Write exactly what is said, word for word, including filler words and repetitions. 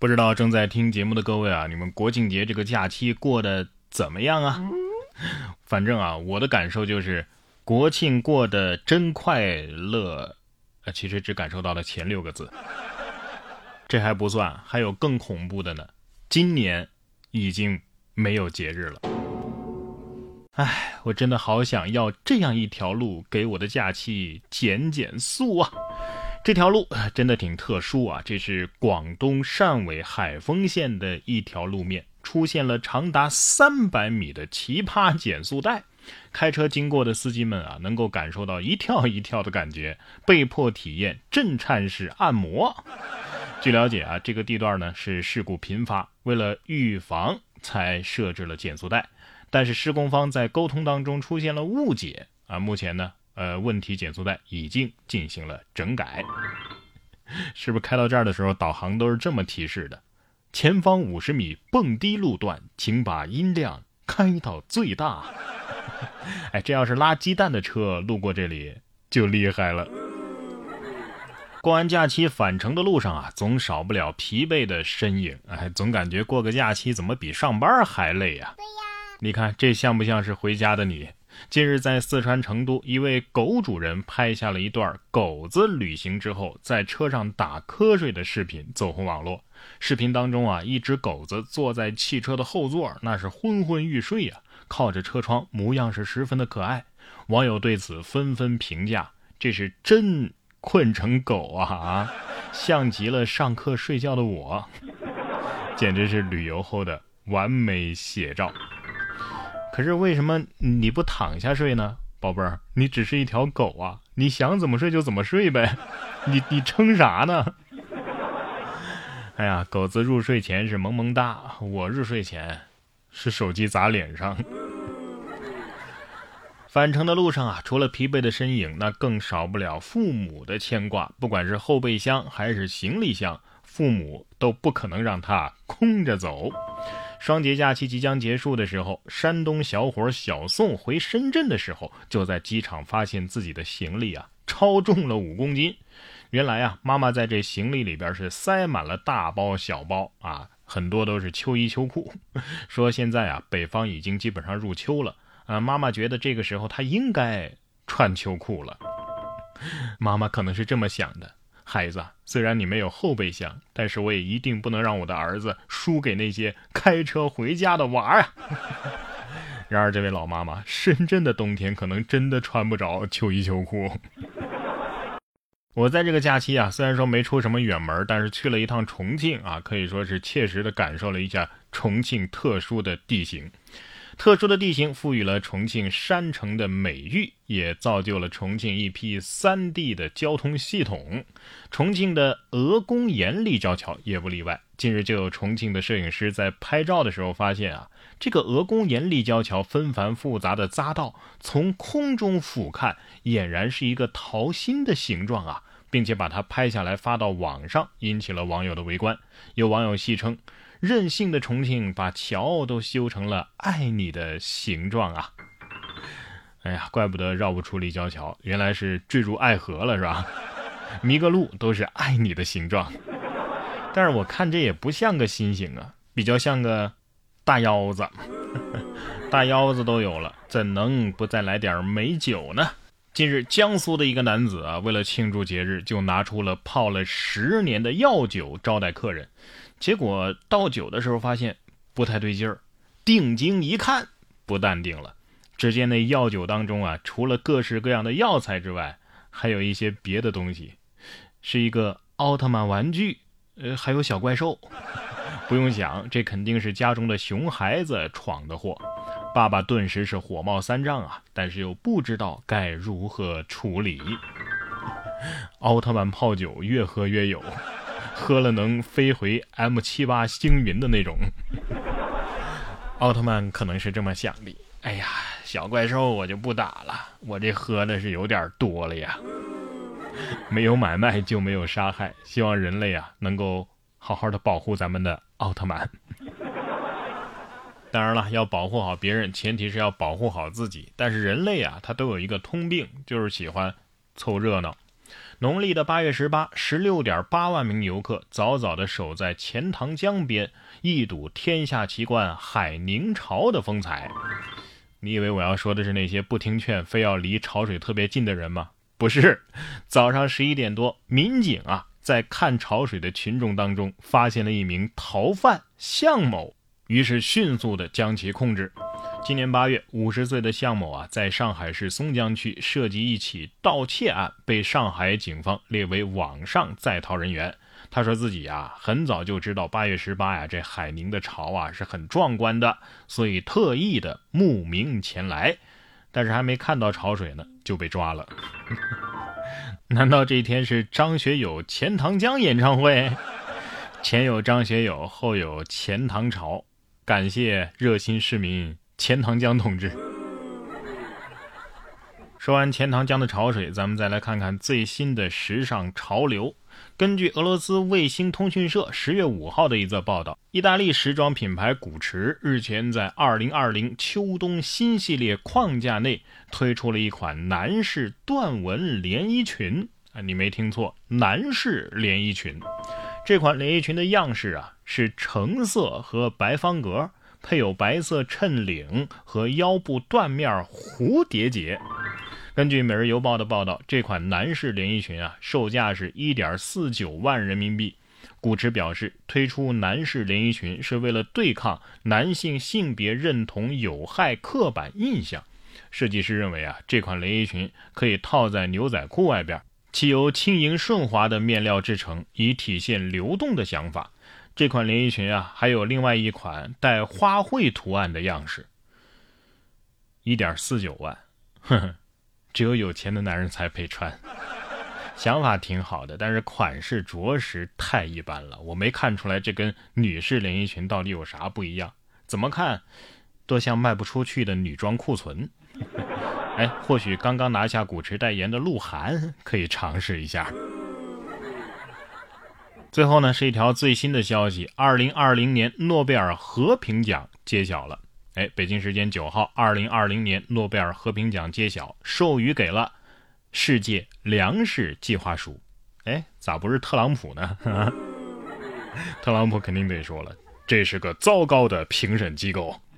不知道正在听节目的各位啊，你们国庆节这个假期过得怎么样啊？反正啊，我的感受就是国庆过得真快乐，呃，其实只感受到了前六个字。这还不算，还有更恐怖的呢，今年已经没有节日了。唉，我真的好想要这样一条路给我的假期减减速啊！这条路真的挺特殊啊，这是广东汕尾海丰县的一条路面，出现了长达三百米的奇葩减速带。开车经过的司机们啊，能够感受到一跳一跳的感觉，被迫体验震颤式按摩。据了解啊，这个地段呢是事故频发，为了预防才设置了减速带，但是施工方在沟通当中出现了误解啊，目前呢呃，问题减速带已经进行了整改。是不是开到这儿的时候导航都是这么提示的？前方五十米蹦迪路段，请把音量开到最大。哎，这要是拉鸡蛋的车路过这里就厉害了。过完假期返程的路上啊，总少不了疲惫的身影，哎，总感觉过个假期怎么比上班还累呀？对呀，你看这像不像是回家的你？近日在四川成都，一位狗主人拍下了一段狗子旅行之后在车上打瞌睡的视频走红网络。视频当中啊，一只狗子坐在汽车的后座，那是昏昏欲睡啊，靠着车窗，模样是十分的可爱。网友对此纷纷评价，这是真困成狗啊啊，像极了上课睡觉的我，简直是旅游后的完美写照。可是为什么你不躺下睡呢？宝贝儿，你只是一条狗啊，你想怎么睡就怎么睡呗，你你撑啥呢？哎呀，狗子入睡前是萌萌哒，我入睡前是手机砸脸上。返程的路上啊，除了疲惫的身影，那更少不了父母的牵挂。不管是后备箱还是行李箱，父母都不可能让他空着走。双节假期即将结束的时候，山东小伙小宋回深圳的时候，就在机场发现自己的行李啊超重了五公斤。原来啊，妈妈在这行李里边是塞满了大包小包啊，很多都是秋衣秋裤。说现在啊，北方已经基本上入秋了啊，妈妈觉得这个时候她应该穿秋裤了。妈妈可能是这么想的，孩子，虽然你没有后备箱，但是我也一定不能让我的儿子输给那些开车回家的娃呀。然而这位老妈妈，深圳的冬天可能真的穿不着秋衣秋裤。我在这个假期啊，虽然说没出什么远门，但是去了一趟重庆啊，可以说是切实的感受了一下重庆特殊的地形。特殊的地形赋予了重庆山城的美誉，也造就了重庆一批 三 D 的交通系统。重庆的鹅公岩立交桥也不例外。近日就有重庆的摄影师在拍照的时候发现啊，这个鹅公岩立交桥纷繁复杂的匝道，从空中俯瞰，俨然是一个桃心的形状啊，并且把它拍下来发到网上，引起了网友的围观。有网友戏称，任性的重庆把桥都修成了爱你的形状啊！哎呀，怪不得绕不出立交桥，原来是坠入爱河了是吧？迷个路都是爱你的形状。但是我看这也不像个心形啊，比较像个大腰子。大腰子都有了，怎能不再来点美酒呢？近日江苏的一个男子啊，为了庆祝节日，就拿出了泡了十年的药酒招待客人。结果倒酒的时候发现不太对劲儿，定睛一看不淡定了。只见那药酒当中啊，除了各式各样的药材之外，还有一些别的东西，是一个奥特曼玩具，呃，还有小怪兽。不用想，这肯定是家中的熊孩子闯的祸。爸爸顿时是火冒三丈啊，但是又不知道该如何处理。奥特曼泡酒越喝越有，喝了能飞回 M 七十八 星云的那种。奥特曼可能是这么想的，哎呀，小怪兽我就不打了，我这喝的是有点多了呀。没有买卖就没有杀害，希望人类啊能够好好的保护咱们的奥特曼。当然了，要保护好别人，前提是要保护好自己。但是人类啊，他都有一个通病，就是喜欢凑热闹。 农历的八月十八，十六点八万名游客早早的守在钱塘江边，一睹天下奇观海宁潮的风采。你以为我要说的是那些不听劝非要离潮水特别近的人吗？不是，早上十一点多，民警啊在看潮水的群众当中发现了一名逃犯向某，于是迅速的将其控制。今年八月，五十岁的向某啊，在上海市松江区涉及一起盗窃案，被上海警方列为网上在逃人员。他说自己啊，很早就知道八月十八呀，这海宁的潮啊是很壮观的，所以特意的慕名前来，但是还没看到潮水呢，就被抓了。难道这一天是张学友钱塘江演唱会？前有张学友，后有钱塘潮，感谢热心市民钱塘江同志。说完钱塘江的潮水，咱们再来看看最新的时尚潮流。根据俄罗斯卫星通讯社十月五号的一则报道，意大利时装品牌古驰日前在二零二零秋冬新系列框架内推出了一款男士缎纹连衣裙啊，你没听错，男士连衣裙。这款连衣裙的样式啊是橙色和白方格，配有白色衬领和腰部缎面蝴蝶结。根据每日邮报的报道，这款男士连衣裙啊，售价是 一点四九万人民币。古驰表示，推出男士连衣裙是为了对抗男性性别认同有害刻板印象。设计师认为啊，这款连衣裙可以套在牛仔裤外边，其由轻盈顺滑的面料制成，以体现流动的想法。这款连衣裙啊，还有另外一款带花卉图案的样式。一点四九万，呵呵。只有有钱的男人才配穿。想法挺好的，但是款式着实太一般了，我没看出来这跟女士连衣裙到底有啥不一样，怎么看都像卖不出去的女装库存。哎，或许刚刚拿下古驰代言的鹿晗可以尝试一下。最后呢，是一条最新的消息，二零二零年诺贝尔和平奖揭晓了。哎，北京时间九号，二零二零年诺贝尔和平奖揭晓，授予给了世界粮食计划署。哎，咋不是特朗普呢？特朗普肯定得说了，这是个糟糕的评审机构。